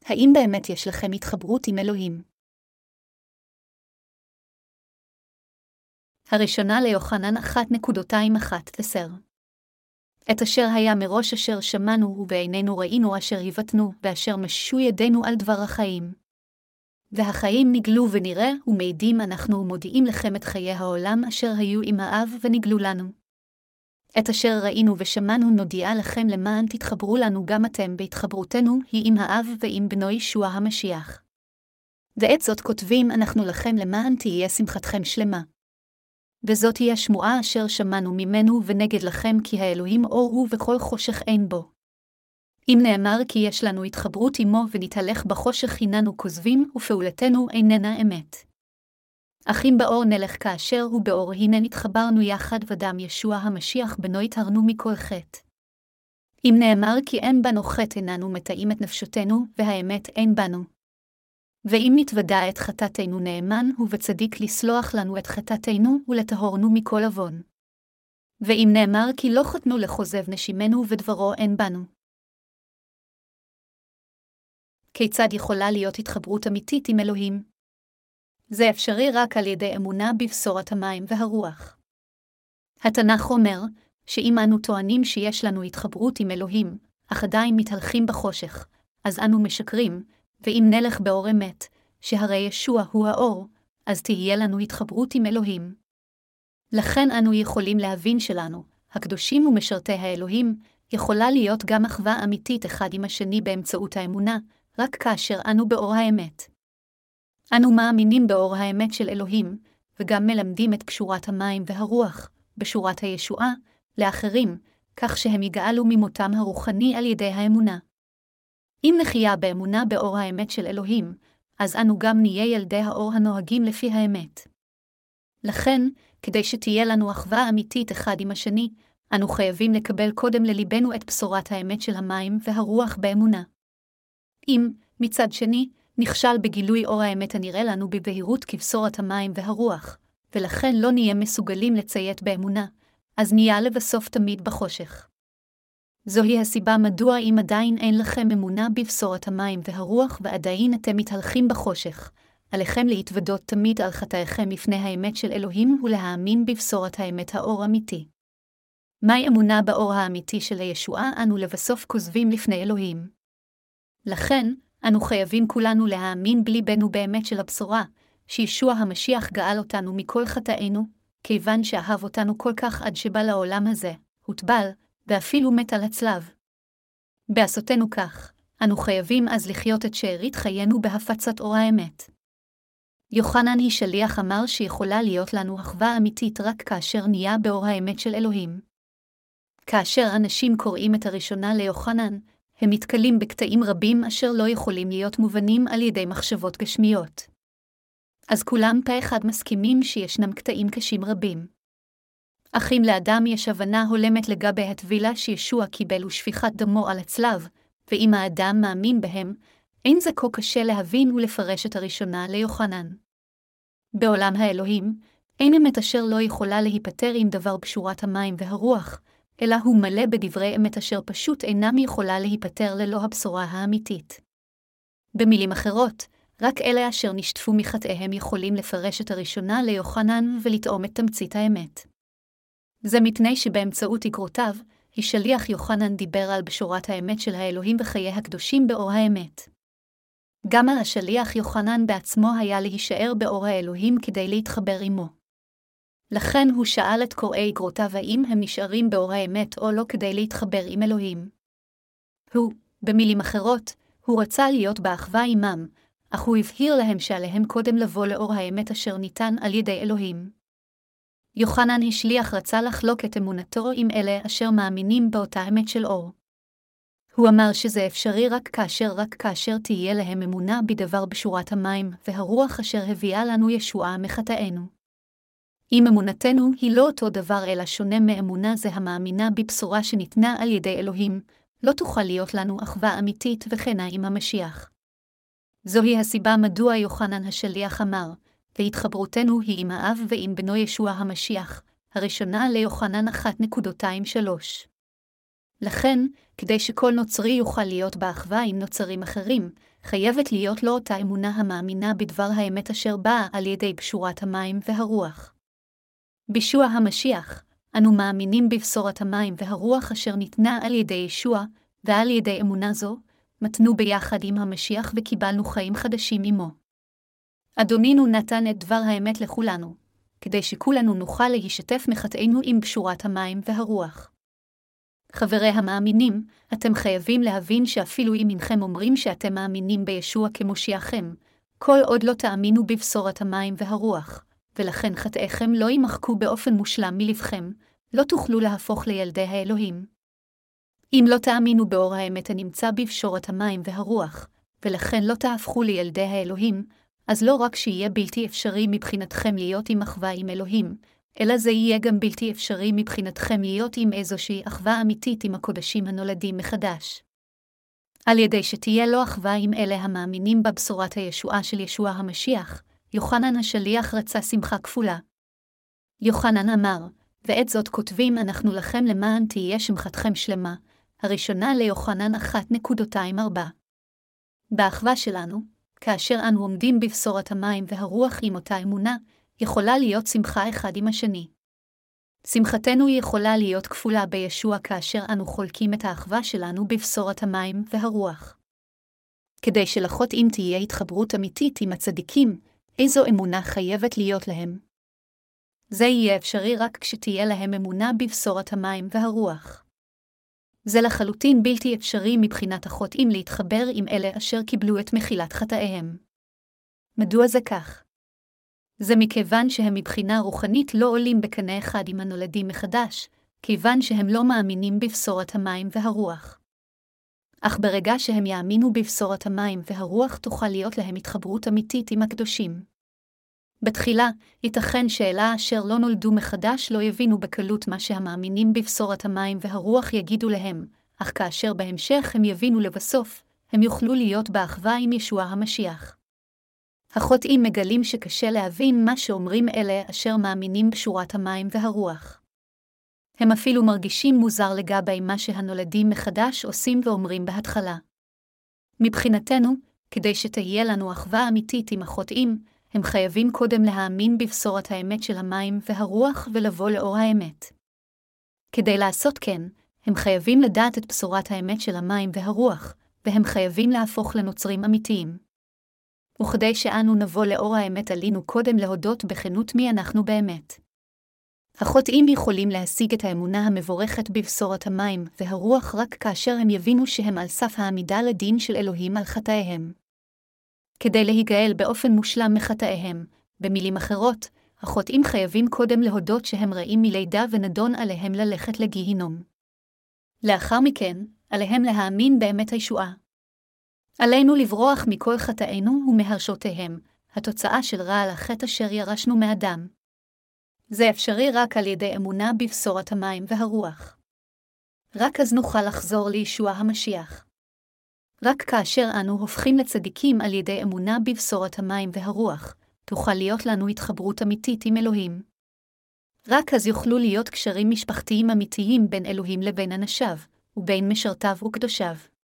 האם באמת יש לכם התחברות עם אלוהים? הראשונה ליוחנן 1:10 את אשר היה מראש אשר שמענו ובעינינו ראינו אשר היבטנו ואשר משו ידינו על דבר החיים. והחיים נגלו ונראה ומעידים אנחנו ומודיעים לכם את חיי העולם אשר היו עם האב ונגלו לנו. את אשר ראינו ושמענו נודיע לכם למען תתחברו לנו גם אתם בהתחברותנו היא עם האב ועם בנו ישוע המשיח. ואת זאת כותבים אנחנו לכם למען תהיה שמחתכם שלמה. וזאת היא השמועה אשר שמענו ממנו ונגד לכם כי האלוהים אור הוא וכל חושך אין בו. אם נאמר כי יש לנו התחברות עמו ונתהלך בחושך הננו כוזבים ופעולתנו איננה אמת. אך אם באור נלך כאשר הוא באור הנה נתחברנו יחד ודם ישוע המשיח בנו יטהרנו מכל חטא. אם נאמר כי אין בנו חטא איננו מטעים את נפשותנו והאמת אין בנו. ואם נתוודע את חטאתנו נאמן הוא וצדיק לסלוח לנו את חטאתנו ולטהורנו מכל עוון. ואם נאמר כי לא חטאנו לחוזב נשימנו ודברו אין בנו. כיצד יכולה להיות התחברות אמיתית עם אלוהים? זה אפשרי רק על ידי אמונה בבשורת המים והרוח. התנ"ך אומר שאם אנו טוענים שיש לנו התחברות עם אלוהים, אך עדיין מתהלכים בחושך, אז אנו משקרים, ואם נלך באור אמת, שהרי ישוע הוא האור, אז תהיה לנו התחברות עם אלוהים. לכן אנו יכולים להבין שלנו, הקדושים ומשרתי האלוהים, יכולה להיות גם אחווה אמיתית אחד עם השני באמצעות האמונה, רק כאשר אנו באור האמת. אנו מאמינים באור האמת של אלוהים, וגם מלמדים את קשורת המים והרוח, בשורת הישועה, לאחרים, כך שהם יגאלו ממותם הרוחני על ידי האמונה. אם נחיה באמונה באור האמת של אלוהים, אז אנו גם נהיה ילדי האור הנוהגים לפי האמת. לכן, כדי שתהיה לנו אחווה אמיתית אחד עם השני, אנו חייבים לקבל קודם לליבנו את בשורת האמת של המים והרוח באמונה. אם, מצד שני, נכשל בגילוי אור האמת הנראה לנו בבהירות כבשורת המים והרוח, ולכן לא נהיה מסוגלים לציית באמונה, אז נהיה לבסוף תמיד בחושך. זוהי הסיבה מדוע אם עדיין אין לכם אמונה בבשורת המים והרוח ועדיין אתם מתהלכים בחושך, עליכם להתוודות תמיד על חטאיכם לפני האמת של אלוהים ולהאמין בבשורת האמת האור אמיתי. מהי אמונה באור האמיתי של הישועה אנו לבסוף כוזבים לפני אלוהים. לכן, אנו חייבים כולנו להאמין בליבנו באמת של הבשורה, שישוע המשיח גאל אותנו מכל חטאינו, כיוון שאהב אותנו כל כך עד שבא לעולם הזה, הוטבל, ואפילו מת על הצלב. בעשותנו כך, אנו חייבים אז לחיות את שארית חיינו בהפצת אור האמת. יוחנן היא שליח אמר שיכולה להיות לנו אחווה אמיתית רק כאשר נהיה באור האמת של אלוהים. כאשר אנשים קוראים את הראשונה ליוחנן, הם מתקלים בקטעים רבים אשר לא יכולים להיות מובנים על ידי מחשבות גשמיות. אז כולם פה אחד מסכימים שישנם קטעים קשים רבים. אך אם לאדם יש הבנה הולמת לגבי הטבילה שישוע קיבל ושפיכת דמו על הצלב, ואם האדם מאמין בהם, אין זה כה קשה להבין ולפרש את הראשונה ליוחנן. בעולם האלוהים, אין אמת אשר לא יכולה להיפטר עם דבר בשורת המים והרוח, אלא הוא מלא בדברי אמת אשר פשוט אינם יכולה להיפטר ללא הבשורה האמיתית. במילים אחרות, רק אלה אשר נשטפו מחטאיהם יכולים לפרש את הראשונה ליוחנן ולטעום את תמצית האמת. זה מפני שבאמצעות אגרותיו, השליח יוחנן דיבר על בשורת האמת של האלוהים וחיי הקדושים באור האמת. גם על השליח יוחנן בעצמו היה להישאר באור האלוהים כדי להתחבר עמו. לכן הוא שאל את קוראי אגרותיו האם הם נשארים באור האמת או לא כדי להתחבר עם אלוהים. במילים אחרות, הוא רצה להיות באחווה עמם, אך הוא הבהיר להם שעליהם קודם לבוא לאור האמת אשר ניתן על ידי אלוהים. יוחנן השליח רצה לחלוק את אמונתו עם אלה אשר מאמינים באותה אמת של אור. הוא אמר שזה אפשרי רק כאשר תהיה להם אמונה בדבר בשורת המים והרוח אשר הביאה לנו ישועה מחטאינו. אם אמונתנו היא לא אותו דבר אלא שונה מאמונה זה המאמינה בבשורה שניתנה על ידי אלוהים, לא תוכל להיות לנו אחווה אמיתית וכנה עם המשיח. זוהי הסיבה מדוע יוחנן השליח אמר, והתחברותנו היא עם האב ועם בנו ישוע המשיח, הראשונה ליוחנן 1:3. לכן, כדי שכל נוצרי יוכל להיות באחווה עם נוצרים אחרים, חייבת להיות לו אותה אמונה המאמינה בדבר האמת אשר באה על ידי בשורת המים והרוח. בישוע המשיח, אנו מאמינים בבשורת המים והרוח אשר ניתנה על ידי ישוע, ועל ידי אמונה זו, מתנו ביחד עם המשיח וקיבלנו חיים חדשים עמו. אדונינו נתן את דבר האמת לכולנו, כדי שכולנו נוכל להשתף מחטאינו עם בשורת המים והרוח. חברי המאמינים, אתם חייבים להבין שאפילו אם אינכם אומרים שאתם מאמינים בישוע כמושיעכם, כל עוד לא תאמינו בבשורת המים והרוח, ולכן חטאיכם לא יימחקו באופן מושלם מלבכם, לא תוכלו להפוך לילדי האלוהים. אם לא תאמינו באור האמת הנמצא בבשורת המים והרוח, ולכן לא תהפכו לילדי האלוהים, אז לא רק שיהיה בלתי אפשרי מבחינתכם להיות עם אחווה עם אלוהים, אלא זה יהיה גם בלתי אפשרי מבחינתכם להיות עם איזושהי אחווה אמיתית עם הקודשים הנולדים מחדש. על ידי שתהיה לו אחווה עם אלה המאמינים בבשורת הישועה של ישוע המשיח, יוחנן השליח רצה שמחה כפולה. יוחנן אמר, ואת זאת כותבים אנחנו לכם למען תהיה שמחתכם שלמה, הראשונה ליוחנן 1.24. באחווה שלנו, כאשר אנו עומדים בבשורת המים והרוח עם אותה אמונה, יכולה להיות שמחה אחד עם השני. שמחתנו יכולה להיות כפולה בישוע כאשר אנו חולקים את האחווה שלנו בבשורת המים והרוח. כדי שלחוטאים תהיה התחברות אמיתית עם הצדיקים, איזו אמונה חייבת להיות להם? זה יהיה אפשרי רק כשתהיה להם אמונה בבשורת המים והרוח. זה לחלוטין בלתי אפשרי מבחינת החוטאים להתחבר עם אלה אשר קיבלו את מחילת חטאיהם. מדוע זה כך? זה מכיוון שהם מבחינה רוחנית לא עולים בקנה אחד עם הנולדים מחדש, כיוון שהם לא מאמינים בבשורת המים והרוח. אך ברגע שהם יאמינו בבשורת המים והרוח תוכל להיות להם התחברות אמיתית עם הקדושים. בתחילה, ייתכן שאלה אשר לא נולדו מחדש לא יבינו בקלות מה שהמאמינים בבשורת המים והרוח יגידו להם, אך כאשר בהמשך הם יבינו לבסוף, הם יוכלו להיות באחווה עם ישוע המשיח. החוטאים מגלים שקשה להבין מה שאומרים אלה אשר מאמינים בשורת המים והרוח. הם אפילו מרגישים מוזר לגבי מה שהנולדים מחדש עושים ואומרים בהתחלה. מבחינתנו, כדי שתהיה לנו אחווה אמיתית עם החוטאים, הם חייבים קודם להאמין בבשורת האמת של המים והרוח ולבוא לאור האמת. כדי לעשות כן, הם חייבים לדעת את בשורת האמת של המים והרוח, והם חייבים להפוך לנוצרים אמיתיים. וכדי שאנו נבוא לאור האמת עלינו קודם להודות בכנות מי אנחנו באמת. החוטאים יכולים להשיג את האמונה המבורכת בבשורת המים והרוח רק כאשר הם יבינו שהם על סף העמידה לדין של אלוהים על חטאיהם. כדי להיגאל באופן מושלם מחטאיהם, במילים אחרות, החוטאים חייבים קודם להודות שהם רעים מלידה ונדון עליהם ללכת לגיהינום. לאחר מכן, עליהם להאמין באמת הישועה. עלינו לברוח מכל חטאינו ומהרשותיהם, התוצאה של רעל החטא אשר ירשנו מאדם. זה אפשרי רק על ידי אמונה בבשורת המים והרוח. רק אז נוכל לחזור לישוע המשיח. רק כאשר אנו הופכים לצדיקים על ידי אמונה בבשורת המים והרוח, תוכל להיות לנו התחברות אמיתית עם אלוהים. רק אז יוכלו להיות קשרים משפחתיים אמיתיים בין אלוהים לבין אנשיו, ובין משרתיו וקדושיו.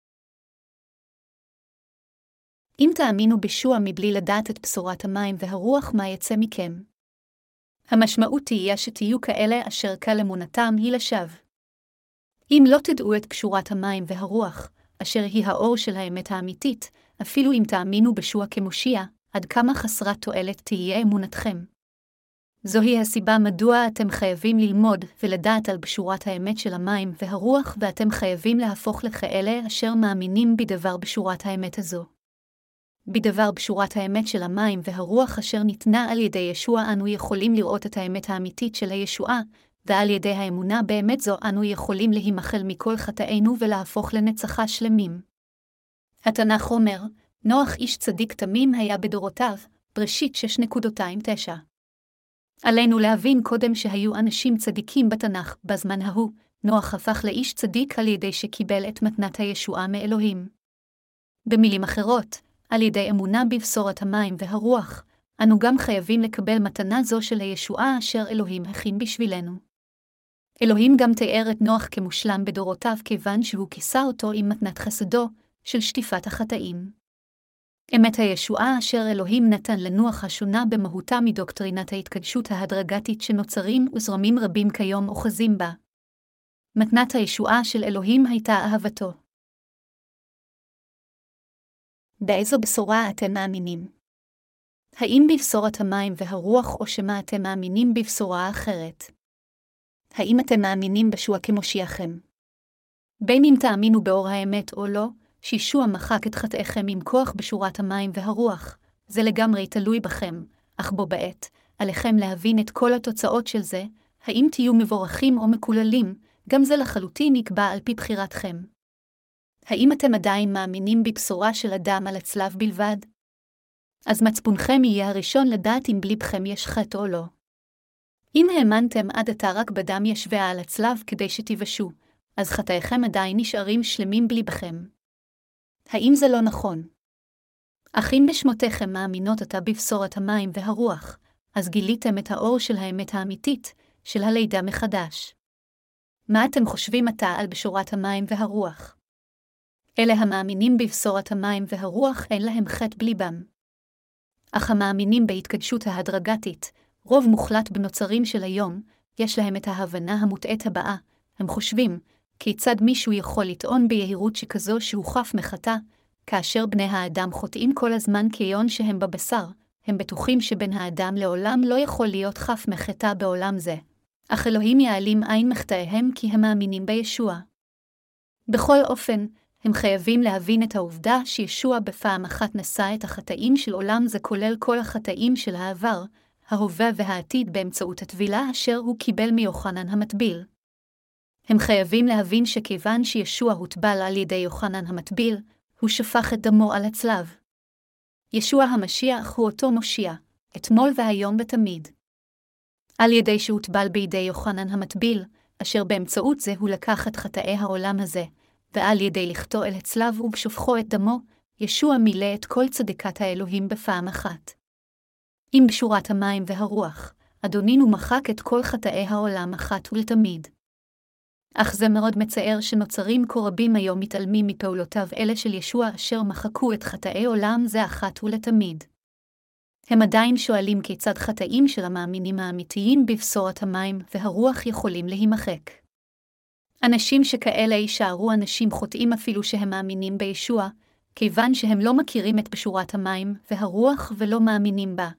אם תאמינו בישוע מבלי לדעת את בשורת המים והרוח, מה יצא מכם? המשמעות תהיה שתהיו כאלה אשר קל אמונתם היא לשווא. אם לא תדעו את קשורת המים והרוח, אשר היא האור של האמת האמיתית, אפילו אם תאמינו בישוע כמושיע, עד כמה חסרת תועלת תהיה אמונתכם. זוהי הסיבה מדוע אתם חייבים ללמוד ולדעת על בשורת האמת של המים והרוח, ואתם חייבים להפוך לכאלה אשר מאמינים בדבר בשורת האמת הזו. בדבר בשורת האמת של המים והרוח אשר ניתנה על ידי ישוע אנו יכולים לראות את האמת האמיתית של הישועה, ועל ידי האמונה באמת זו אנו יכולים להימחל מכל חטאינו ולהפוך לנצחה שלמים. התנ"ך אומר, נוח איש צדיק תמים היה בדורותיו, בראשית 6.29. עלינו להבין קודם שהיו אנשים צדיקים בתנ"ך, בזמן ההוא, נוח הפך לאיש צדיק על ידי שקיבל את מתנת הישועה מאלוהים. במילים אחרות, על ידי אמונה בבשורת המים והרוח, אנו גם חייבים לקבל מתנה זו של הישועה אשר אלוהים הכין בשבילנו. אלוהים גם תיאר את נוח כמושלם בדורותיו כיוון שהוא כיסה אותו עם מתנת חסדו של שטיפת החטאים. אמת הישועה אשר אלוהים נתן לנוח השונה במהותה מדוקטרינת ההתקדשות ההדרגתית שנוצרים וזרמים רבים כיום אוחזים בה. מתנת הישועה של אלוהים הייתה אהבתו. באיזו בשורה אתם מאמינים? האם בבשורת המים והרוח או שמא אתם מאמינים בבשורה אחרת? האם אתם מאמינים בישוע כמושיעכם? בין אם תאמינו באור האמת או לא, שישוע מחק את חטאיכם עם כוח בשורת המים והרוח, זה לגמרי תלוי בכם, אך בו בעת, עליכם להבין את כל התוצאות של זה, האם תהיו מבורכים או מקוללים, גם זה לחלוטין נקבע על פי בחירתכם. האם אתם עדיין מאמינים בבשורה של אדם על הצלב בלבד? אז מצפונכם יהיה הראשון לדעת אם בליבכם יש חטא או לא. אם האמנתם עד עתה רק בדם ישוע על הצלב כדי שתיוושעו, אז חטאיכם עדיין נשארים שלמים בליבכם. האם זה לא נכון? אך אם בשמותיכם מאמינות עתה בבשורת המים והרוח, אז גיליתם את האור של האמת האמיתית, של הלידה מחדש. מה אתם חושבים עתה על בשורת המים והרוח? אלה המאמינים בבשורת המים והרוח אין להם חטא בליבם. אך המאמינים בהתקדשות ההדרגתית, רוב מוחלט בנוצרים של היום, יש להם את ההבנה המוטעית הבאה, הם חושבים, כיצד מישהו יכול לטעון ביהירות שכזו שהוא חף מחטא, כאשר בני האדם חוטאים כל הזמן כיון שהם בבשר, הם בטוחים שבן האדם לעולם לא יכול להיות חף מחטא בעולם זה. אך אלוהים יעלים עין מחטאיהם כי הם מאמינים בישוע. בכל אופן, הם חייבים להבין את העובדה שישוע בפעם אחת נשא את החטאים של עולם זה כולל כל החטאים של העבר, ההווה והעתיד באמצעות הטבילה אשר הוא קיבל מיוחנן המטביל. הם חייבים להבין שכיוון שישוע הוטבל על ידי יוחנן המטביל, הוא שפך את דמו על הצלב. ישוע המשיח הוא אותו מושיע, אתמול והיום ותמיד. על ידי שהוטבל בידי יוחנן המטביל, אשר באמצעות זה הוא לקח את חטאי העולם הזה, ועל ידי לכתו אל הצלב ובשופכו את דמו, ישוע מילא את כל צדקת האלוהים בפעם אחת. עם בשורת המים והרוח, אדונינו מחק את כל חטאי העולם אחת ולתמיד. אך זה מאוד מצער שנוצרים כה רבים היום מתעלמים מפעולותיו אלה של ישוע אשר מחקו את חטאי עולם זה אחת ולתמיד. הם עדיין שואלים כיצד חטאים של המאמינים האמיתיים בבשורת המים והרוח יכולים להימחק. אנשים שכאלה יישארו אנשים חוטאים אפילו שהם מאמינים בישוע, כיוון שהם לא מכירים את בשורת המים והרוח ולא מאמינים בה.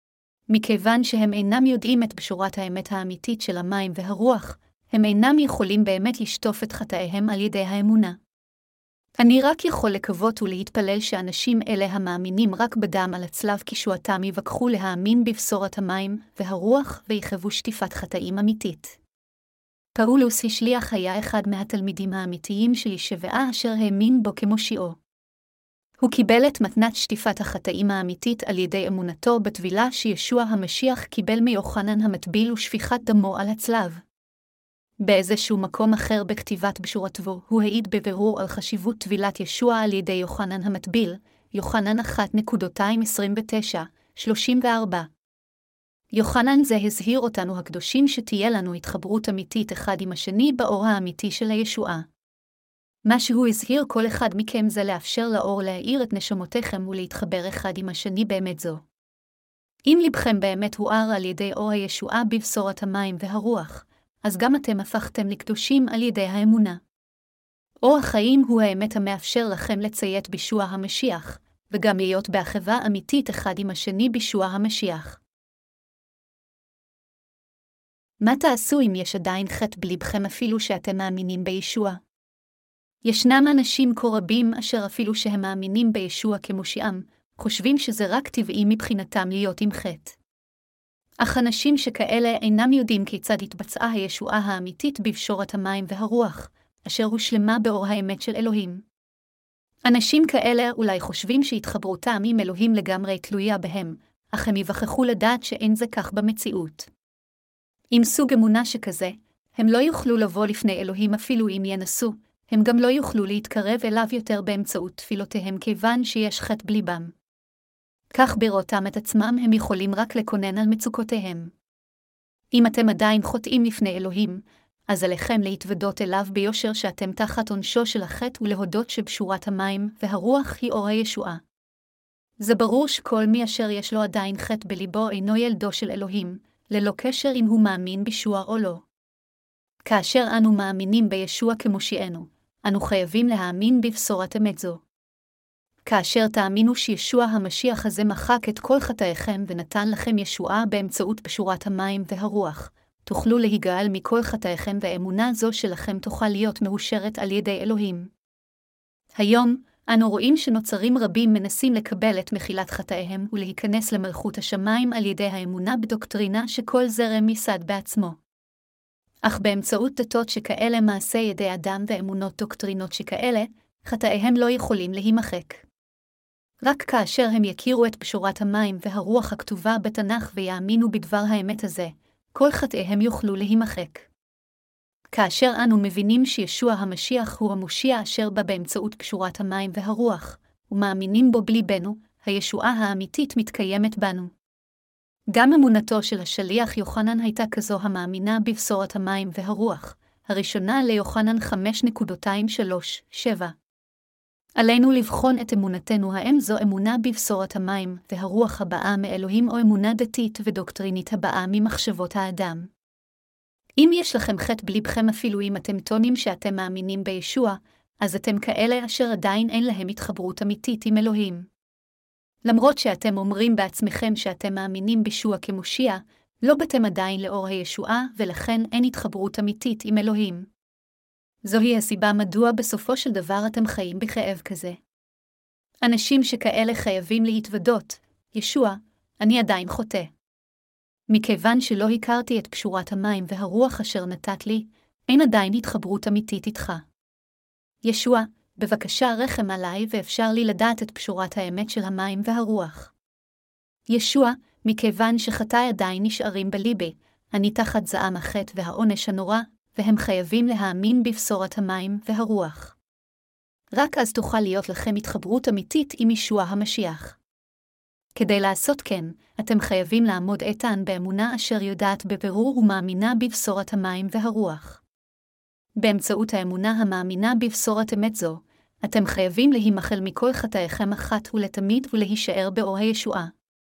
מכיוון שהם אינם יודעים את בשורת האמת האמיתית של המים והרוח, הם אינם יכולים באמת לשטוף את חטאיהם על ידי האמונה. אני רק יכול לקוות ולהתפלל שאנשים אלה המאמינים רק בדם על הצלב כישועתם יבקחו להאמין בבשורת המים והרוח ויחוו שטיפת חטאים אמיתית. פאולוס השליח היה אחד מהתלמידים האמיתיים של ישוע אשר האמין בו כמושיעו. הוא קיבל את מתנת שטיפת החטאים האמיתית על ידי אמונתו בטבילה שישוע המשיח קיבל מיוחנן המטביל ושפיכת דמו על הצלב. באיזשהו מקום אחר בכתיבת בשורתו, הוא העיד בבירור על חשיבות טבילת ישוע על ידי יוחנן המטביל, יוחנן 1:29-34. יוחנן זה הזהיר אותנו הקדושים שתהיה לנו התחברות אמיתית אחד עם השני באור האמיתי של הישועה. מה שהוא הזהיר כל אחד מכם זה לאפשר לאור להאיר את נשמותיכם ולהתחבר אחד עם השני באמת זו. אם לבכם באמת הואר על ידי אור הישועה בבשורת המים והרוח, אז גם אתם הפכתם לקדושים על ידי האמונה. אור החיים הוא האמת המאפשר לכם לציית בישוע המשיח, וגם להיות באחווה אמיתית אחד עם השני בישוע המשיח. מה תעשו אם יש עדיין חטא בליבכם אפילו שאתם מאמינים בישוע? ישנם אנשים כה רבים אשר אפילו שהם מאמינים בישוע כמושיעם, חושבים שזה רק טבעי מבחינתם להיות עם חטא. אך אנשים שכאלה אינם יודעים כיצד התבצעה הישועה האמיתית בבשורת המים והרוח, אשר הושלמה באור האמת של אלוהים. אנשים כאלה אולי חושבים שהתחברותם עם אלוהים לגמרי תלויה בהם, אך הם יווכחו לדעת שאין זה כך במציאות. עם סוג אמונה שכזה, הם לא יוכלו לבוא לפני אלוהים אפילו אם ינסו, הם גם לא יוכלו להתקרב אליו יותר באמצעות תפילותיהם כיוון שיש חטא בליבם. כך בראותם את עצמם הם יכולים רק לקונן על מצוקותיהם. אם אתם עדיין חוטאים לפני אלוהים, אז עליכם להתוודות אליו ביושר שאתם תחת עונשו של החטא ולהודות שבשורת המים והרוח היא אור הישועה. זה ברור שכל מי אשר יש לו עדיין חטא בליבו אינו ילדו של אלוהים, ללא קשר אם הוא מאמין בישוע או לא. כאשר אנו מאמינים בישוע כמושיענו, אנו חייבים להאמין בבשורת אמת זו. כאשר תאמינו שישוע המשיח הזה מחק את כל חטאיכם ונתן לכם ישועה באמצעות פשורת המים והרוח, תוכלו להיגאל מכל חטאיכם ואמונה זו שלכם תוכל להיות מאושרת על ידי אלוהים. היום, אנו רואים שנוצרים רבים מנסים לקבל את מחילת חטאיהם ולהיכנס למלכות השמיים על ידי האמונה בדוקטרינה שכל זרם ייסד בעצמו. אך באמצעות דתות שכאלה מעשי ידי אדם ואמונות דוקטרינות שכאלה, חטאיהם לא יכולים להימחק. רק כאשר הם יכירו את פשורת המים והרוח הכתובה בתנ"ך ויאמינו בדבר האמת הזה, כל חטאיהם יוכלו להימחק. כאשר אנו מבינים שישוע המשיח הוא המושיע אשר בא באמצעות פשורת המים והרוח, ומאמינים בו בליבנו, הישועה האמיתית מתקיימת בנו. גם אמונתו של השליח יוחנן הייתה כזו המאמינה בבשורת המים והרוח, הראשונה ליוחנן 5:2-3-7. עלינו לבחון את אמונתנו האם זו אמונה בבשורת המים והרוח הבאה מאלוהים או אמונה דתית ודוקטרינית הבאה ממחשבות האדם. אם יש לכם חטא בליבכם אפילו אם אתם טוענים שאתם מאמינים בישוע, אז אתם כאלה אשר עדיין אין להם התחברות אמיתית עם אלוהים. למרות שאתם אומרים בעצמכם שאתם מאמינים בישוע כמושיע, לא באתם עדיין לאור הישועה ולכן אין התחברות אמיתית עם אלוהים. זוהי הסיבה מדוע בסופו של דבר אתם חיים בכאב כזה. אנשים שכאלה חייבים להתוודות, ישוע, אני עדיין חוטא. מכיוון שלא הכרתי את פשורת המים והרוח אשר נתת לי, אין עדיין התחברות אמיתית איתך. ישוע, בבקשה רחם עליי ואפשר לי לדעת את פשורת האמת של המים והרוח. ישוע, מכיוון שחטאי עדיין נשארים בליבי, אני תחת זעם החטא והעונש הנורא, והם חייבים להאמין בבשורת המים והרוח. רק אז תוכל להיות לכם התחברות אמיתית עם ישוע המשיח. כדי לעשות כן, אתם חייבים לעמוד איתן באמונה אשר יודעת בבירור ומאמינה בבשורת המים והרוח. באמצעות האמונה המאמינה בבשורת אמת זו, אתם חייבים להימחל מכל חטאיכם אחת ולתמיד ולהישאר באור הישועה.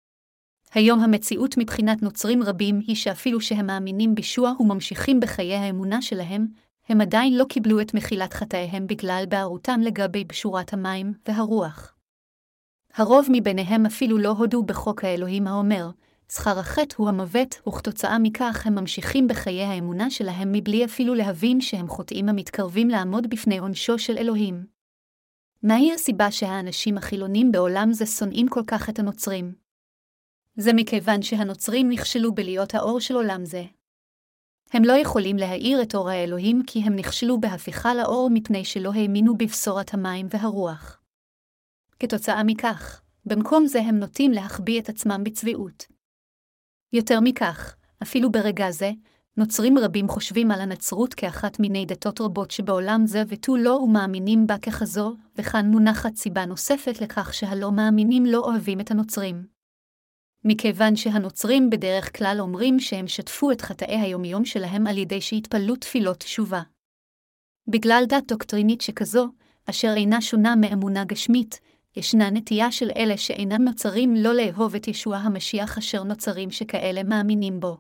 היום המציאות מבחינת נוצרים רבים היא שאפילו שהם מאמינים בישוע וממשיכים בחיי האמונה שלהם, הם עדיין לא קיבלו את מחילת חטאיהם בגלל בערותם לגבי פשורת המים והרוח. הרוב מביניהם אפילו לא הודו בחוק האלוהים האומר, שכר החטא הוא המוות, וכתוצאה מכך הם ממשיכים בחיי האמונה שלהם מבלי אפילו להבין שהם חוטאים המתקרבים לעמוד בפני עונשו של אלוהים. מהי הסיבה שהאנשים החילונים בעולם זה שונאים כל כך את הנוצרים? זה מכיוון שהנוצרים נכשלו בלהיות האור של עולם זה. הם לא יכולים להאיר את אור האלוהים כי הם נכשלו בהפיכה לאור מפני שלא האמינו בבשורת המים והרוח. כתוצאה מכך, במקום זה הם נוטים להחביא את עצמם בצביעות. יותר מכך, אפילו ברגע זה, נוצרים רבים חושבים על הנצרות כאחת מיני דתות רבות שבעולם זה ותו לא ומאמינים בה ככזו, וכאן מונחת סיבה נוספת לכך שהלא מאמינים לא אוהבים את הנוצרים. מכיוון שהנוצרים בדרך כלל אומרים שהם שטפו את חטאי היומיום שלהם על ידי שהתפללו תפילות תשובה. בגלל דת דוקטרינית שכזו, אשר אינה שונה מאמונה גשמית, ישנה נטייה של אלה שאינם נוצרים לא לאהוב את ישוע המשיח אשר נוצרים שכאלה מאמינים בו.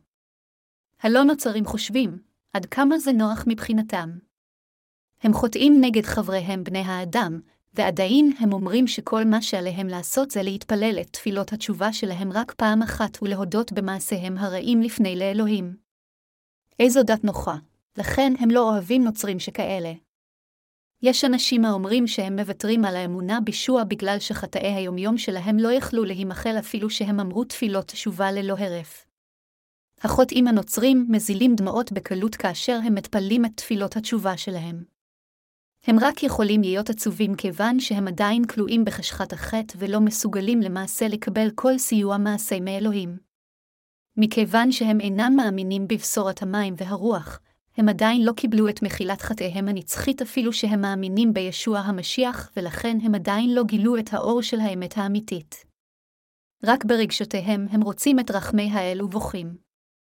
הלא נוצרים חושבים, עד כמה זה נוח מבחינתם. הם חוטאים נגד חבריהם בני האדם, ועדיין הם אומרים שכל מה שעליהם לעשות זה להתפלל את תפילות התשובה שלהם רק פעם אחת ולהודות במעשיהם הרעים לפני לאלוהים. איזו דת נוחה, לכן הם לא אוהבים נוצרים שכאלה. יש אנשים האומרים שהם מוותרים על האמונה בישוע בגלל שחטאי היומיום שלהם לא יכלו להימחל אפילו שהם אמרו תפילות תשובה ללא הרף. החוטאים הנוצרים מזילים דמעות בקלות כאשר הם מתפללים את תפילות התשובה שלהם. הם רק יכולים להיות עצובים כיוון שהם עדיין כלואים בחשכת החטא ולא מסוגלים למעשה לקבל כל סיוע מעשה מאלוהים. מכיוון שהם אינם מאמינים בבשורת המים והרוח, הם עדיין לא קיבלו את מחילת חטאיהם הנצחית אפילו שהם מאמינים בישוע המשיח ולכן הם עדיין לא גילו את האור של האמת האמיתית. רק ברגשותיהם הם רוצים את רחמי האל ובוכים.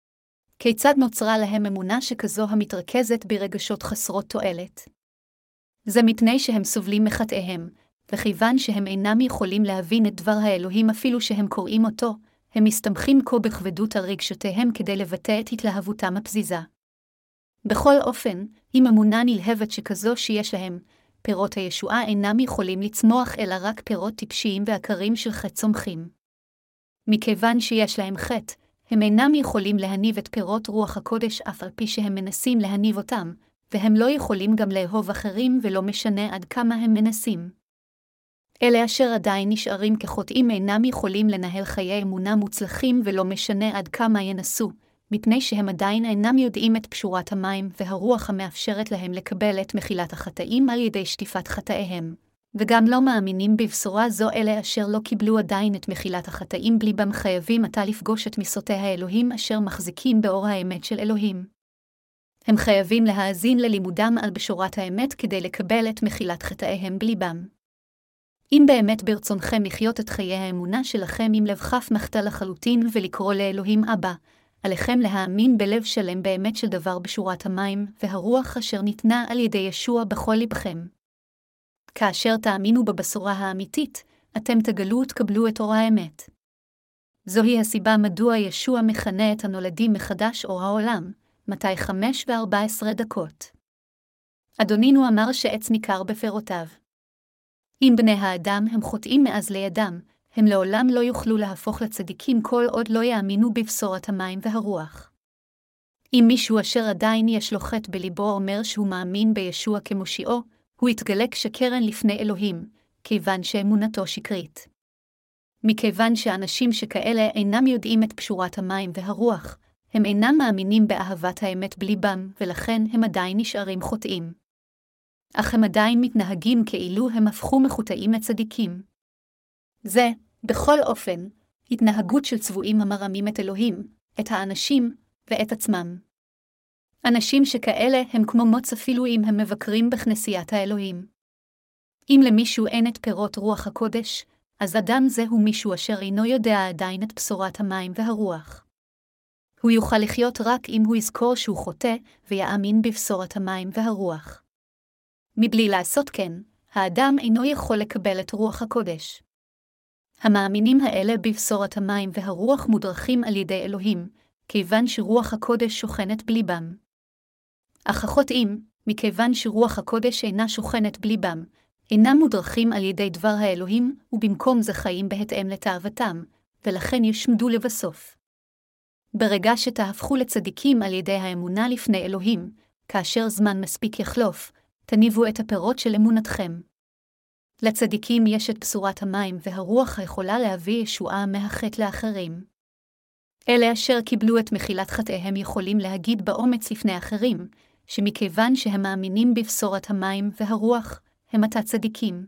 כיצד נוצרה להם אמונה שכזו המתרכזת ברגשות חסרות תועלת? זה מפני שהם סובלים מחטאיהם, וכיוון שהם אינם יכולים להבין את דבר האלוהים אפילו שהם קוראים אותו, הם מסתמכים כה בכבדות על רגשותיהם כדי לבטא את התלהבותם הפזיזה. בכל אופן, עם אמונה נלהבת שכזו שיש להם, פירות הישועה אינם יכולים לצמוח אלא רק פירות טיפשיים ועקרים של חטא צומחים. מכיוון שיש להם חטא, הם אינם יכולים להניב את פירות רוח הקודש אף על פי שהם מנסים להניב אותם, והם לא יכולים גם לאהוב אחרים ולא משנה עד כמה הם מנסים. אלה אשר עדיין נשארים כחוטאים אינם יכולים לנהל חיי אמונה מוצלחים ולא משנה עד כמה ינסו, מפני שהם עדיין אינם יודעים את פשורת המים והרוח המאפשרת להם לקבל את מחילת החטאים על ידי שטיפת חטאיהם, וגם לא מאמינים בבשורה זו. אלה אשר לא קיבלו עדיין את מחילת החטאים בליבם חייבים עתה לפגוש את מסותי האלוהים אשר מחזיקים באור האמת של אלוהים. הם חייבים להאזין ללימודם על בשורת האמת כדי לקבל את מחילת חטאיהם בליבם. אם באמת ברצונכם לחיות את חיי האמונה שלכם עם לב חף מחטא לחלוטין ולקרוא לאלוהים אבא, עליכם להאמין בלב שלם באמת של דבר בשורת המים והרוח אשר ניתנה על ידי ישוע בכל לבכם. כאשר תאמינו בבשורה האמיתית, אתם תגלו ותקבלו את אור האמת. זוהי הסיבה מדוע ישוע מכנה את הנולדים מחדש אור העולם, מתי 5:14. אדונינו אמר שעץ ניכר בפירותיו. אם בני האדם הם חוטאים מאז לידם, הם לעולם לא יוכלו להפוך לצדיקים כל עוד לא יאמינו בבשורת המים והרוח. אם מישהו אשר עדיין יש לו חטא בליבו אומר שהוא מאמין בישוע כמושיעו, הוא יתגלה כשקרן לפני אלוהים, כיוון שאמונתו שקרית. מכיוון שאנשים שכאלה אינם יודעים את פשורת המים והרוח, הם אינם מאמינים באהבת האמת בליבם, ולכן הם עדיין נשארים חוטאים. אך הם עדיין מתנהגים כאילו הם הפכו מחוטאים לצדיקים. זה, בכל אופן, התנהגות של צבועים המרמים את אלוהים, את האנשים ואת עצמם. אנשים שכאלה הם כמו מוץ אפילו אם הם מבקרים בכנסיית האלוהים. אם למישהו אין את פירות רוח הקודש, אז אדם זה הוא מישהו אשר אינו יודע עדיין את בשורת המים והרוח. הוא יוכל לחיות רק אם הוא יזכור שהוא חוטא ויאמין בבשורת המים והרוח. מבלי לעשות כן, האדם אינו יכול לקבל את רוח הקודש. המאמינים האלה בבשורת המים והרוח מודרכים על ידי אלוהים, כיוון שרוח הקודש שוכנת בליבם. אך החוטאים, מכיוון שרוח הקודש אינה שוכנת בליבם, אינם מודרכים על ידי דבר האלוהים, ובמקום זה חיים בהתאם לתאוותם, ולכן ישמדו לבסוף. ברגע שתהפכו לצדיקים על ידי האמונה לפני אלוהים, כאשר זמן מספיק יחלוף, תניבו את הפירות של אמונתכם. לצדיקים יש את בשורת המים והרוח היכולה להביא ישועה מהחטא לאחרים. אלה אשר קיבלו את מחילת חטאיהם יכולים להגיד באומץ לפני אחרים, שמכיוון שהם מאמינים בבשורת המים והרוח, הם עתה צדיקים.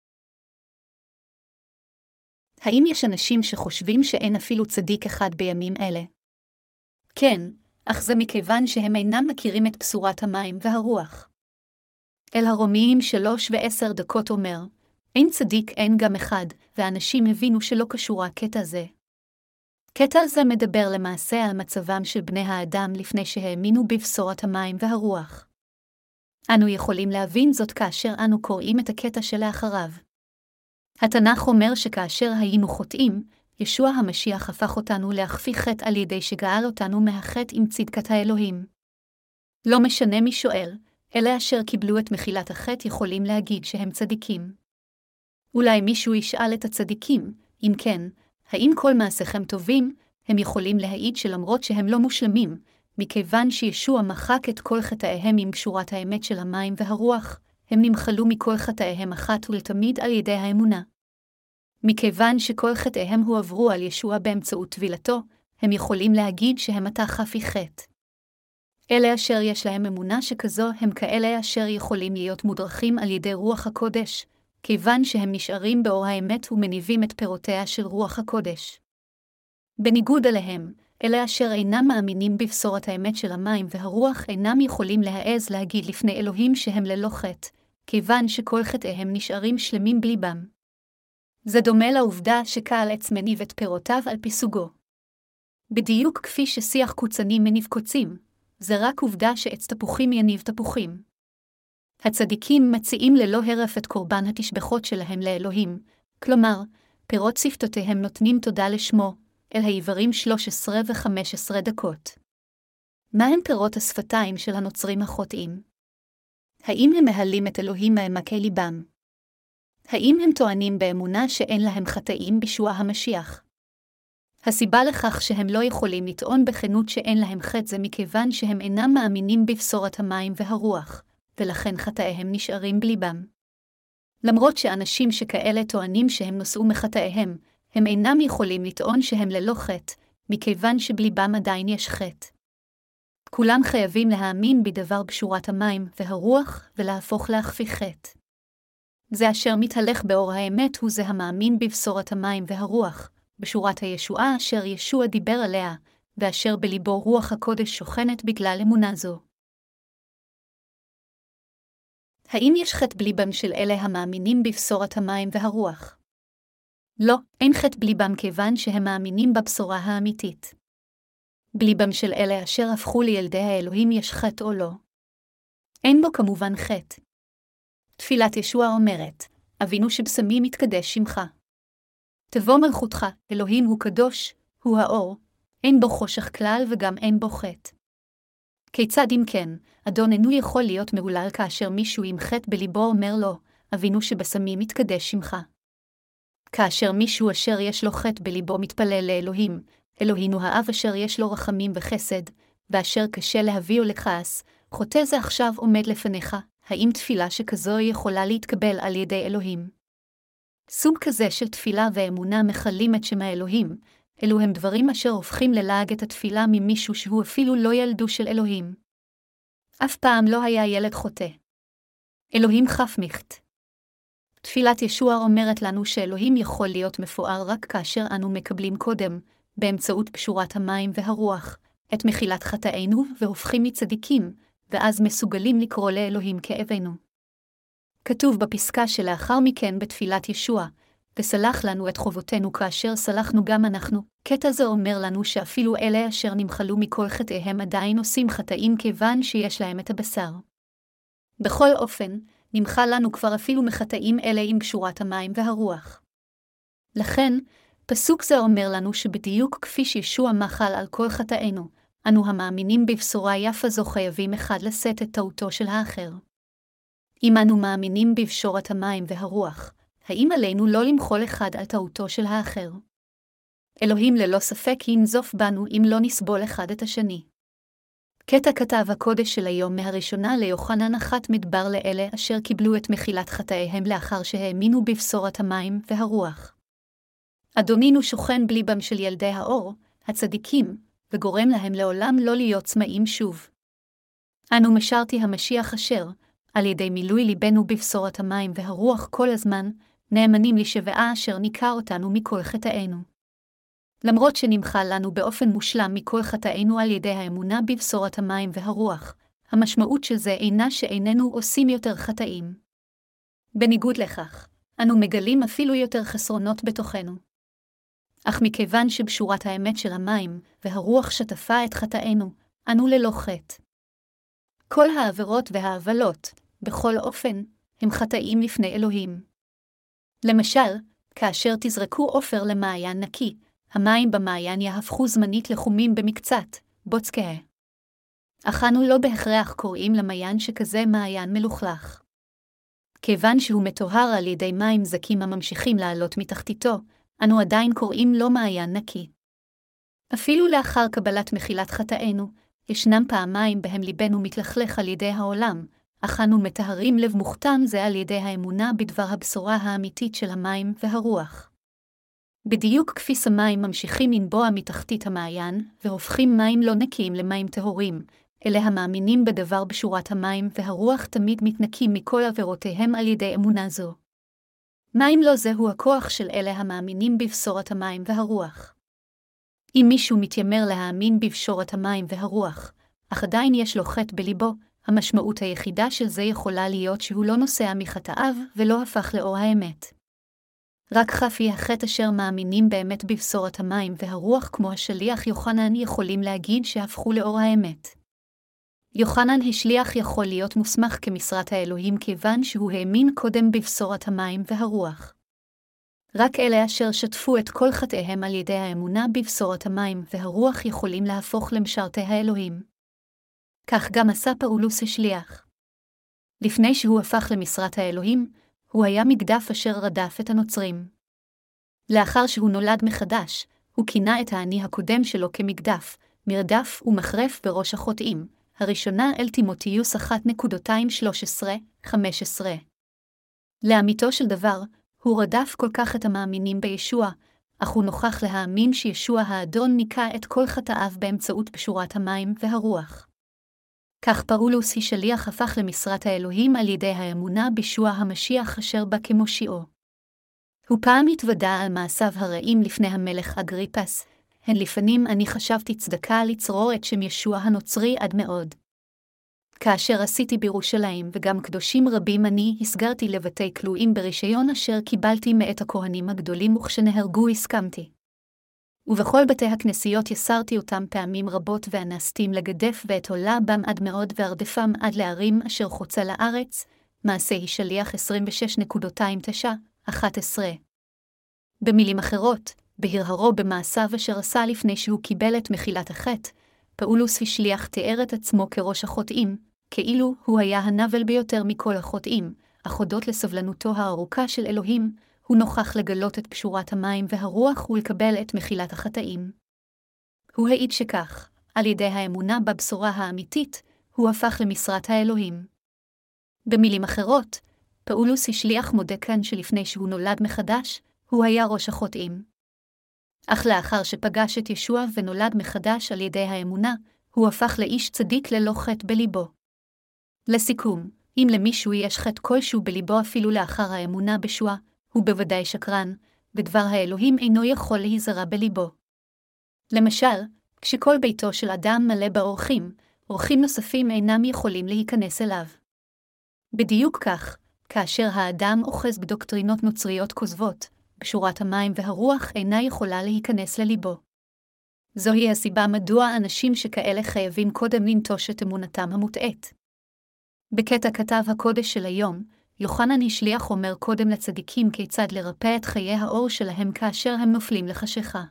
האם יש אנשים שחושבים שאין אפילו צדיק אחד בימים אלה? כן, אך זה מכיוון שהם אינם מכירים את בשורת המים והרוח. אל הרומיים 3:10 אומר, אין צדיק אין גם אחד, ואנשים הבינו שלא קשור הקטע זה. קטע זה מדבר למעשה על מצבם של בני האדם לפני שהאמינו בבשורת המים והרוח. אנו יכולים להבין זאת כאשר אנו קוראים את הקטע שלאחריו. התנ"ך אומר שכאשר היינו חוטאים, ישוע המשיח הפך אותנו להכפי חטא על ידי שגאל אותנו מהחטא עם צדקת האלוהים. לא משנה מי שואל, אלה אשר קיבלו את מחילת החטא יכולים להגיד שהם צדיקים. אולי מישהו ישאל את הצדיקים, אם כן, האם כל מעשיכם טובים, הם יכולים להעיד שלמרות שהם לא מושלמים, מכיוון שישוע מחק את כל חטאיהם עם בשורת האמת של המים והרוח, הם נמחלו מכל חטאיהם אחת ולתמיד על ידי האמונה. מכיוון שכל חטאיהם הועברו על ישוע באמצעות טבילתו, הם יכולים להגיד שהם עתה חפי חטא. אלה אשר יש להם אמונה שכזו הם כאלה אשר יכולים להיות מודרכים על ידי רוח הקודש, כיוון שהם נשארים באור האמת ומניבים את פירותיה של רוח הקודש. בניגוד אליהם, אלה אשר אינם מאמינים בבשורת האמת של המים והרוח אינם יכולים להעז להגיד לפני אלוהים שהם ללא חטא, כיוון שכל חטאיהם נשארים שלמים בליבם. זה דומה לעובדה שקעל עץ מניב את פירותיו על פי סוגו. בדיוק כפי ששיח קוצני מניב קוצים, זה רק עובדה שעץ תפוחים יניב תפוחים. הצדיקים מציעים ללא הרף את קורבן התשבחות שלהם לאלוהים, כלומר, פירות שפתותיהם נותנים תודה לשמו, אל העברים 13 ו-15 דקות. מה הם פירות השפתיים של הנוצרים החוטאים? האם הם מהלים את אלוהים מעמקי ליבם? האם הם טוענים באמונה שאין להם חטאים בישוע המשיח? הסיבה לכך שהם לא יכולים לטעון בכנות שאין להם חטא זה מכיוון שהם אינם מאמינים בבשורת המים והרוח, ולכן חטאיהם נשארים בליבם. למרות שאנשים שכאלה טוענים שהם נושאו מחטאיהם, הם אינם יכולים לטעון שהם ללא חטא, מכיוון שבליבם עדיין יש חטא. כולם חייבים להאמין בדבר בשורת המים והרוח ולהפוך להכפי חטא. זה אשר מתהלך באור האמת הוא זה המאמין בבשורת המים והרוח, בשורת הישועה אשר ישוע דיבר עליה, ואשר בליבו רוח הקודש שוכנת בגלל אמונה זו. האם יש חטא בליבם של אלה המאמינים בבשורת המים והרוח? לא, אין חטא בליבם כיוון שהם מאמינים בבשורה האמיתית. בליבם של אלה אשר הפכו לילדי האלוהים יש חטא או לא? אין בו כמובן חטא. תפילת ישוע אומרת, אבינו שבשמים יתקדש שמך. תבוא מלכותך, אלוהים הוא קדוש, הוא האור, אין בו חושך כלל וגם אין בו חטא. כיצד אם כן, אדון אינו יכול להיות מהולל כאשר מישהו עם חטא בליבו אומר לו, אבינו שבשמים יתקדש שמך. כאשר מישהו אשר יש לו חטא בליבו מתפלל לאלוהים, אלוהינו האב אשר יש לו רחמים וחסד, ואשר קשה להביאו לכעס, חוטא זה עכשיו עומד לפניך, האם תפילה שכזו יכולה להתקבל על ידי אלוהים? סוג כזה של תפילה ואמונה מחלים את שם האלוהים, אלו הם דברים אשר הופכים ללעג את התפילה ממישהו שהוא אפילו לא ילדו של אלוהים. אף פעם לא היה ילד חוטא. אלוהים חף מחטא. תפילת ישוע אומרת לנו שאלוהים יכול להיות מפואר רק כאשר אנו מקבלים קודם, באמצעות פשורת המים והרוח, את מחילת חטאינו והופכים מצדיקים, ואז מסוגלים לקרוא לאלוהים כאבינו. כתוב בפסקה שלאחר מכן בתפילת ישוע, וסלח לנו את חובותינו כאשר סלחנו גם אנחנו. קטע זה אומר לנו שאפילו אלה אשר נמחלו מכל חטאיהם עדיין עושים חטאים כיוון שיש להם את הבשר. בכל אופן, נמחל לנו כבר אפילו מחטאים אלה עם פשורת המים והרוח. לכן, פסוק זה אומר לנו שבדיוק כפי שישוע מחל על כל חטאינו, אנו המאמינים בבשורה יפה זו חייבים אחד לשאת את טעותו של האחר. אם אנו מאמינים בבשורת המים והרוח, האם עלינו לא למחול אחד על טעותו של האחר? אלוהים ללא ספק ינזוף בנו אם לא נסבול אחד את השני. קטע כתב הקודש של היום מהראשונה ליוחנן 1 מדבר לאלה אשר קיבלו את מחילת חטאיהם לאחר שהאמינו בבשורת המים והרוח. אדונינו שוכן בליבם של ילדי האור, הצדיקים, וגורם להם לעולם לא להיות צמאים שוב. אנו משרתי המשיח אשר, על ידי מילוי ליבנו בבשורת המים והרוח כל הזמן, נאמנים לשבעה אשר ניקה אותנו מכל חטאינו. למרות שנמחל לנו באופן מושלם מכל חטאינו על ידי האמונה בבשורת המים והרוח, המשמעות של זה אינה שאיננו עושים יותר חטאים. בניגוד לכך, אנו מגלים אפילו יותר חסרונות בתוכנו. אך מכיוון שבשורת האמת של המים והרוח שטפה את חטאינו, אנו ללא חטא. כל העבירות והעוולות, בכל אופן, הם חטאים לפני אלוהים. למשל, כאשר תזרקו עופר למעיין נקי, המים במעיין יהפכו זמנית לחומים במקצת, בוץ כהה. אך אנו לא בהכרח קוראים למעיין שכזה מעיין מלוכלך. כיוון שהוא מטוהר על ידי מים זקים הממשיכים לעלות מתחתיתו, אנו עדיין קוראים לו מעיין נקי. אפילו לאחר קבלת מחילת חטאינו, ישנם פעמיים בהם ליבנו מתלכלך על ידי העולם, אך אנו מטהרים לב מוכתם זה על ידי האמונה בדבר הבשורה האמיתית של המים והרוח. בדיוק כפי המים ממשיכים לנבוע מתחתית המעיין, והופכים מים לא נקיים למים טהורים, אלה המאמינים בדבר בשורת המים והרוח תמיד מתנקים מכל עבירותיהם על ידי אמונה זו. מים לא זהו הכוח של אלה המאמינים בבשורת המים והרוח. אם מישהו מתיימר להאמין בבשורת המים והרוח, אך עדיין יש לו חטא בליבו, המשמעות היחידה של זה יכולה להיות שהוא לא נוסע מחטאיו ולא הפך לאור האמת. רק חפי החטא אשר מאמינים באמת בבשורת המים והרוח כמו השליח יוחנן יכולים להגיד שהפכו לאור האמת. יוחנן השליח יכול להיות מוסמך כמשרת האלוהים כיוון שהוא האמין קודם בבשורת המים והרוח. רק אלה אשר שטפו את כל חטאיהם על ידי האמונה בבשורת המים והרוח יכולים להפוך למשרתי האלוהים. כך גם עשה פאולוס השליח. לפני שהוא הפך למשרת האלוהים, הוא היה מגדף אשר רדף את הנוצרים. לאחר שהוא נולד מחדש, הוא כינה את האני הקודם שלו כמגדף, מרדף ומחרף בראש החוטאים, הראשונה אל תימותאוס 1:13-15. לאמיתו של דבר, הוא רדף כל כך את המאמינים בישוע, אך הוא נוכח להאמין שישוע האדון ניקה את כל חטאיו באמצעות בשורת המים והרוח. כך פאולוס השליח הפך למשרת האלוהים על ידי האמונה בישוע המשיח אשר בא כמושיעו. הוא פעם התוודה על מעשיו הרעים לפני המלך אגריפס, הן לפנים אני חשבתי צדקה לצרור את שם ישוע הנוצרי עד מאוד. כאשר עשיתי בירושלים וגם קדושים רבים אני הסגרתי לבתי כלואים ברישיון אשר קיבלתי מאת הכהנים הגדולים וכשנהרגו הסכמתי. ובכל בתי הכנסיות יסרתי אותם פעמים רבות ואנסתים לגדף ואת עולה בם עד מאוד וארדפם עד לערים אשר חוצה לארץ, מעשי שליח 26.9-11. במילים אחרות, בהרהרו במעשיו אשר עשה לפני שהוא קיבל את מחילת החטא, פאולוס השליח תיאר את עצמו כראש החוטאים, כאילו הוא היה הנבל ביותר מכל החוטאים, אך הודות לסבלנותו הארוכה של אלוהים, הוא נוכח לגלות את פשורת המים והרוח ולקבל את מחילת החטאים. הוא העיד שכך, על ידי האמונה בבשורה האמיתית, הוא הפך למשרת האלוהים. במילים אחרות, פאולוס השליח מודה כאן שלפני שהוא נולד מחדש, הוא היה ראש החוטאים. אך לאחר שפגש את ישוע ונולד מחדש על ידי האמונה, הוא הפך לאיש צדיק ללא חטא בליבו. לסיכום, אם למישהו יש חטא כלשהו בליבו אפילו לאחר האמונה בישוע, הוא בוודאי שקרן, ודבר האלוהים אינו יכול להיזרע בליבו. למשל, כשכל ביתו של אדם מלא באורחים, אורחים נוספים אינם יכולים להיכנס אליו. בדיוק כך, כאשר האדם אוחז בדוקטרינות נוצריות כוזבות, בשורת המים והרוח אינה יכולה להיכנס לליבו. זוהי הסיבה מדוע אנשים שכאלה חייבים קודם לנטוש את אמונתם המוטעית. בקטע כתב הקודש של היום, יוחנן השליח אומר קודם לצדיקים כיצד לרפא את חיי האור שלהם כאשר הם נופלים לחשיכה.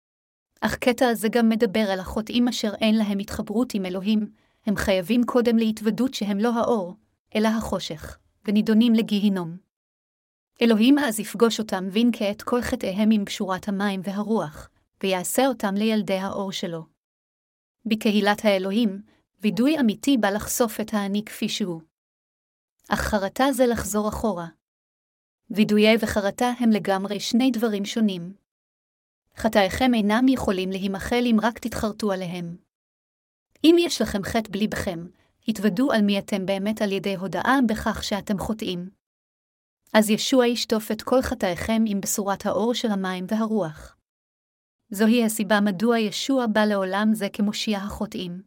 אך קטע הזה גם מדבר על החוטאים אשר אין להם התחברות עם אלוהים, הם חייבים קודם להתוודות שהם לא האור, אלא החושך, ונידונים לגיהינום. אלוהים אז יפגוש אותם וינקה את כל חטאיהם עם בשורת המים והרוח, ויעשה אותם לילדי האור שלו. בקהילת האלוהים, וידוי אמיתי בא לחשוף את האני כפי שהוא. אך חרטה זה לחזור אחורה. וידויי וחרטה הם לגמרי שני דברים שונים. חטאיכם אינם יכולים להימחל אם רק תתחרטו עליהם. אם יש לכם חטא בליבכם, התוודו על מי אתם באמת על ידי הודאה בכך שאתם חוטאים. אז ישוע ישטוף את כל חטאיכם עם בשורת האור של המים והרוח. זוהי הסיבה מדוע ישוע בא לעולם זה כמושיע החוטאים.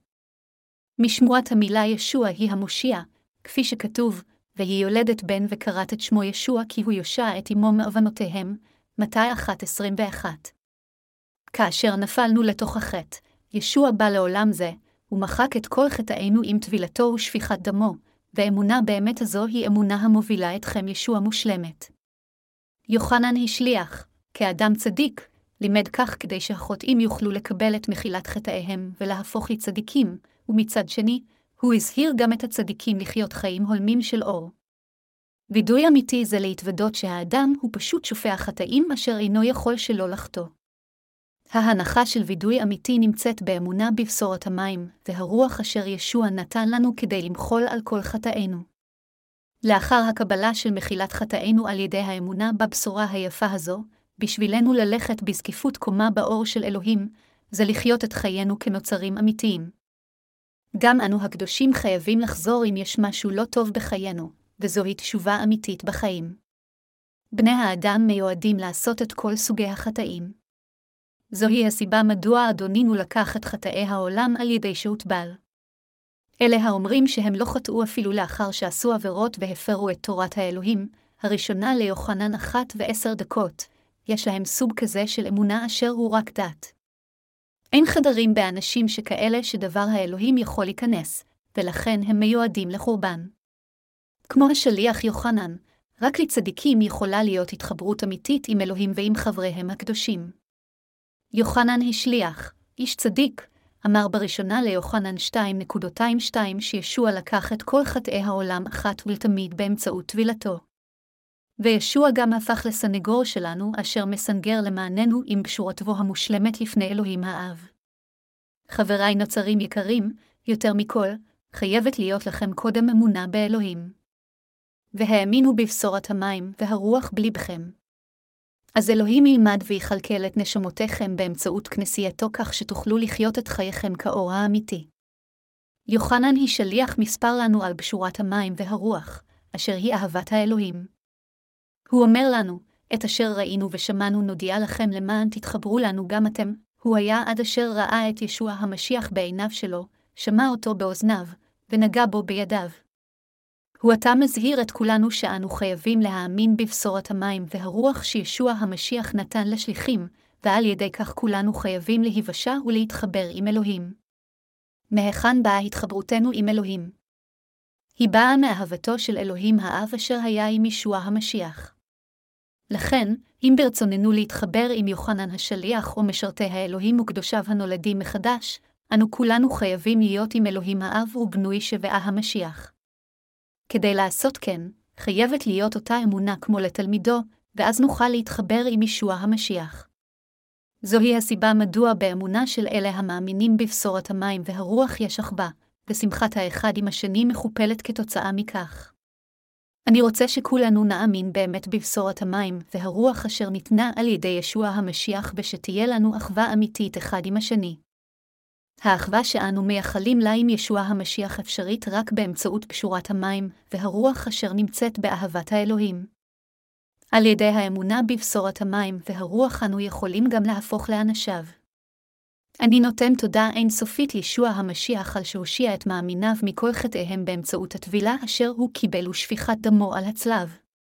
משמועת המילה ישוע היא המושיע, כפי שכתוב, והיא יולדת בן וקראת את שמו ישוע כי הוא יושע את אמו מאבנותיהם, מתי 1:21. כאשר נפלנו לתוך החטא, ישוע בא לעולם זה, ומחק את כל חטאינו עם טבילתו ושפיכת דמו, ואמונה באמת הזו היא אמונה המובילה אתכם ישוע מושלמת. יוחנן השליח, כאדם צדיק, לימד כך כדי שהחוטאים יוכלו לקבל את מחילת חטאיהם ולהפוך לצדיקים, ומצד שני, הוא הזהיר גם את הצדיקים לחיות חיים הולמים של אור. וידוי אמיתי זה להתוודות שהאדם הוא פשוט שופע חטאים אשר אינו יכול שלא לחטוא. ההנחה של וידוי אמיתי נמצאת באמונה בבשורת המים, והרוח אשר ישוע נתן לנו כדי למחול על כל חטאינו. לאחר הקבלה של מחילת חטאינו על ידי האמונה בבשורה היפה הזו, בשבילנו ללכת בזקיפות קומה באור של אלוהים, זה לחיות את חיינו כנוצרים אמיתיים. גם אנו הקדושים חייבים לחזור אם יש משהו לא טוב בחיינו, וזוהי תשובה אמיתית בחיים. בני האדם מיועדים לעשות את כל סוגי החטאים. זוהי הסיבה מדוע אדונינו לקח את חטאי העולם על ידי שהוטבל. אלה האומרים שהם לא חטאו אפילו לאחר שעשו עבירות והפרו את תורת האלוהים, הראשונה ליוחנן 1:10, יש להם סוג כזה של אמונה אשר הוא רק דת. אין חדרים באנשים שכאלה שדבר האלוהים יכול להיכנס, ולכן הם מיועדים לחורבן. כמו השליח יוחנן, רק לצדיקים יכולה להיות התחברות אמיתית עם אלוהים ועם חבריהם הקדושים. יוחנן השליח, איש צדיק, אמר בראשונה ליוחנן 2:2 שישוע לקח את כל חטאי העולם אחת ולתמיד באמצעות טבילתו. וישוע גם הפך לסנגור שלנו אשר מסנגר למעננו עם בשורתו המושלמת לפני אלוהים האב. חבריי נוצרים יקרים, יותר מכל, חייבת להיות לכם קודם אמונה באלוהים. והאמינו בבשורת המים והרוח בליבכם. אז אלוהים ילמד ויכלכל את נשמותיכם באמצעות כנסייתו כך שתוכלו לחיות את חייכם כאור האמיתי. יוחנן היא שליח מספר לנו על בשורת המים והרוח, אשר היא אהבת האלוהים. הוא אומר לנו, את אשר ראינו ושמענו נודיע לכם למען תתחברו לנו גם אתם. הוא היה עד אשר ראה את ישוע המשיח בעיניו שלו, שמע אותו באוזניו, ונגע בו בידיו. הוא עתה מזהיר את כולנו שאנו חייבים להאמין בבשורת המים והרוח שישוע המשיח נתן לשליחים, ועל ידי כך כולנו חייבים להיוושע ולהתחבר עם אלוהים. מהיכן באה התחברותנו עם אלוהים? היא באה מאהבתו של אלוהים האב אשר היה עם ישוע המשיח. לכן, אם ברצוננו להתחבר עם יוחנן השליח או משרתי האלוהים וקדושיו הנולדים מחדש, אנו כולנו חייבים להיות עם אלוהים האב ובנוי שבעה המשיח. כדי לעשות כן, חייבת להיות אותה אמונה כמו לתלמידו, ואז נוכל להתחבר עם ישוע המשיח. זוהי הסיבה מדוע באמונה של אלה המאמינים בבשורת המים והרוח יש אחווה, ושמחת האחד עם השני מכופלת כתוצאה מכך. אני רוצה שכולנו נאמין באמת בבשורת המים והרוח אשר ניתנה על ידי ישוע המשיח ושתהיה לנו אחווה אמיתית אחד עם השני. האחווה שאנו מייחלים לה עם ישוע המשיח אפשרית רק באמצעות קשורת המים והרוח אשר נמצאת באהבת האלוהים. על ידי האמונה בבשורת המים והרוח אנו יכולים גם להפוך לאנשיו. אני נותן תודה אינסופית לישוע המשיח על שהושיע את מאמיניו מכל חטאיהם באמצעות הטבילה אשר הוא קיבל ושפיכת דמו על הצלב.